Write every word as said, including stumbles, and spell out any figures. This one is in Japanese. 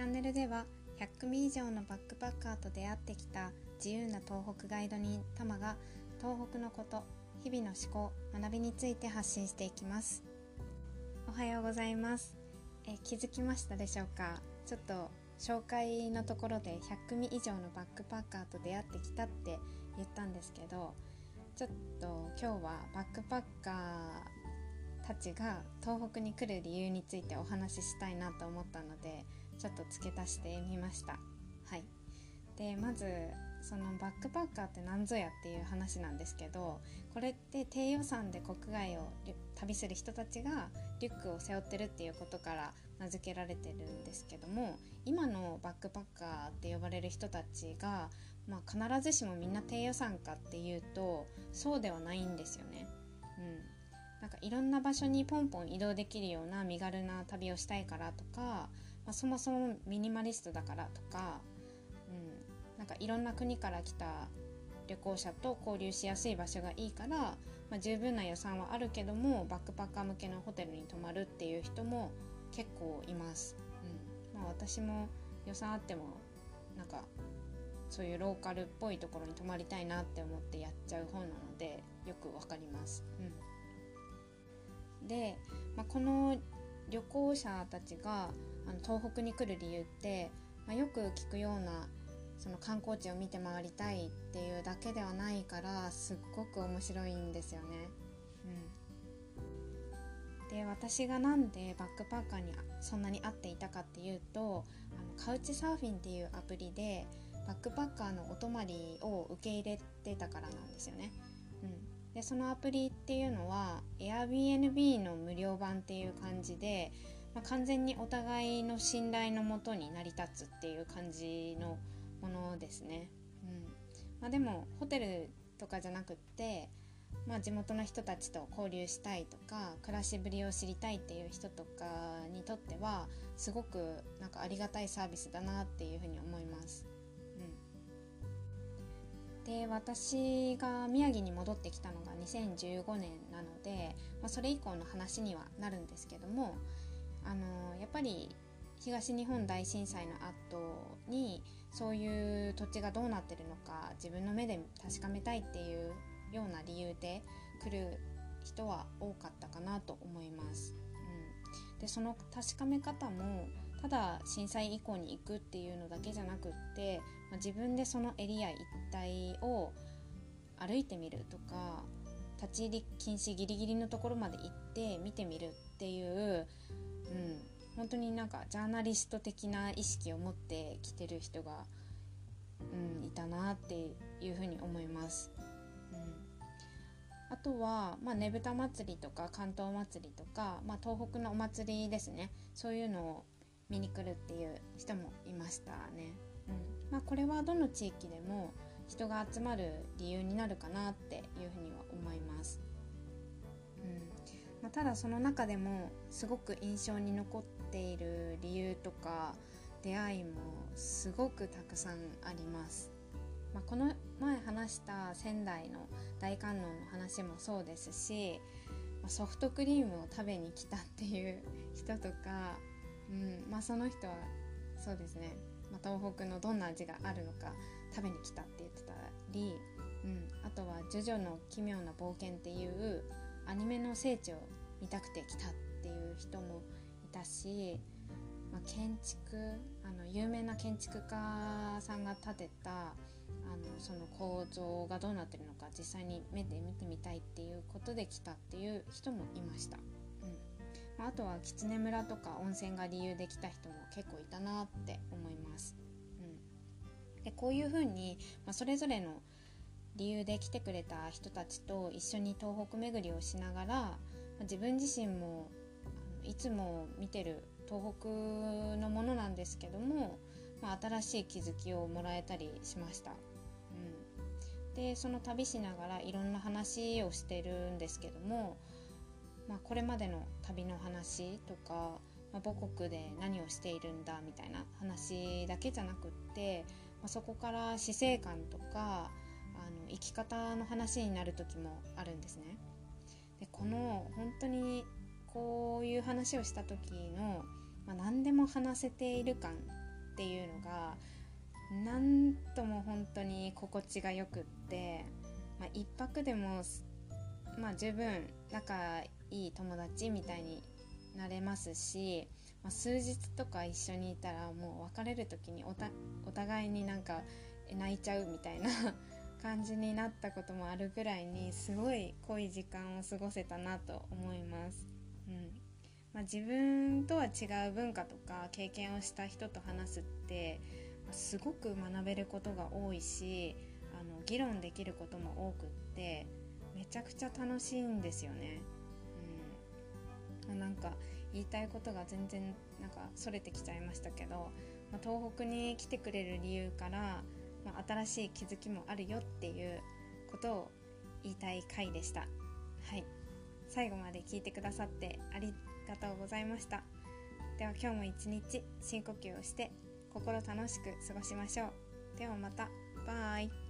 ャンネルではひゃく組以上のバックパッカーと出会ってきた自由な東北ガイド人タマが東北のこと、日々の思考、学びについて発信していきます。おはようございます。え気づきましたでしょうか。ちょっと紹介のところでひゃく組以上のバックパッカーと出会ってきたって言ったんですけど、ちょっと今日はバックパッカーたちが東北に来る理由についてお話ししたいなと思ったので、ちょっと付け足してみました。はい。でまずそのバックパッカーって何ぞやっていう話なんですけど、これって低予算で国外を旅する人たちがリュックを背負ってるっていうことから名付けられてるんですけども、今のバックパッカーって呼ばれる人たちが、まあ、必ずしもみんな低予算かっていうとそうではないんですよね。うんなんかいろんな場所にポンポン移動できるような身軽な旅をしたいからとか、まあ、そもそもミニマリストだからとか、うん、なんかいろんな国から来た旅行者と交流しやすい場所がいいから、まあ、十分な予算はあるけどもバックパッカー向けのホテルに泊まるっていう人も結構います。うんまあ、私も予算あってもなんかそういうローカルっぽいところに泊まりたいなって思ってやっちゃう方なのでよくわかります。うんで、まあ、この旅行者たちがあの東北に来る理由って、まあ、よく聞くようなその観光地を見て回りたいっていうだけではないからすっごく面白いんですよね。うん、で私がなんでバックパッカーにそんなに合っていたかっていうと、あのカウチサーフィンっていうアプリでバックパッカーのお泊まりを受け入れてたからなんですよね。うんでそのアプリっていうのは Airbnb の無料版っていう感じで、まあ、完全にお互いの信頼のもとに成り立つっていう感じのものですね。うんまあ、でもホテルとかじゃなくって、まあ、地元の人たちと交流したいとか暮らしぶりを知りたいっていう人とかにとってはすごくなんかありがたいサービスだなっていうふうに思います。で私が宮城に戻ってきたのがにせんじゅうごねんなので、まあ、それ以降の話にはなるんですけども、あのやっぱり東日本大震災の後にそういう土地がどうなってるのか自分の目で確かめたいっていうような理由で来る人は多かったかなと思います。うん、でその確かめ方もただ震災以降に行くっていうのだけじゃなくって、まあ、自分でそのエリア一帯を歩いてみるとか立ち入り禁止ギリギリのところまで行って見てみるっていう、うん、本当になんかジャーナリスト的な意識を持ってきてる人が、うん、いたなっていうふうに思います。うんあとは、まあ、ねぶた祭りとか関東祭りとか、まあ、東北のお祭りですね、そういうのを見に来るっていう人もいましたね。うんまあ、これはどの地域でも人が集まる理由になるかなっていうふうには思います。うんまあ、ただその中でもすごく印象に残っている理由とか出会いもすごくたくさんあります。まあ、この前話した仙台の大観音の話もそうですし、ソフトクリームを食べに来たっていう人とか、うんまあ、その人はそうですね、まあ、東北のどんな味があるのか食べに来たって言ってたり、うん、あとはジョジョの奇妙な冒険っていうアニメの聖地を見たくて来たっていう人もいたし、まあ、建築あの有名な建築家さんが建てたあのその構造がどうなってるのか実際に目で見てみたいっていうことで来たっていう人もいました。うんまあ、あとは狐村とか温泉が理由で来た人も結構いたなって思います。うん、でこういうふうに、まあ、それぞれの理由で来てくれた人たちと一緒に東北巡りをしながら、まあ、自分自身もあのいつも見てる東北のものなんですけども、まあ、新しい気づきをもらえたりしました。うん、でその旅しながらいろんな話をしてるんですけども、まあ、これまでの旅の話とか、まあ、母国で何をしているんだみたいな話だけじゃなくって、まあ、そこから死生観とかあの生き方の話になる時もあるんですね。でこの本当にこういう話をした時の、まあ、何でも話せている感っていうのがなんとも本当に心地がよくって、まあ、一泊でも、まあ、十分仲いい友達みたいになれますし、まあ、数日とか一緒にいたらもう別れる時におた、お互いになんか泣いちゃうみたいな感じになったこともあるぐらいにすごい濃い時間を過ごせたなと思います。うんまあ、自分とは違う文化とか経験をした人と話すってすごく学べることが多いし、あの議論できることも多くってめちゃくちゃ楽しいんですよね。うん、なんか言いたいことが全然なんかそれてきちゃいましたけど、まあ、東北に来てくれる理由から、まあ、新しい気づきもあるよっていうことを言いたい回でした。はい、最後まで聞いてくださってありがとうございました。では今日も一日深呼吸をして心楽しく過ごしましょう。ではまた。バイ。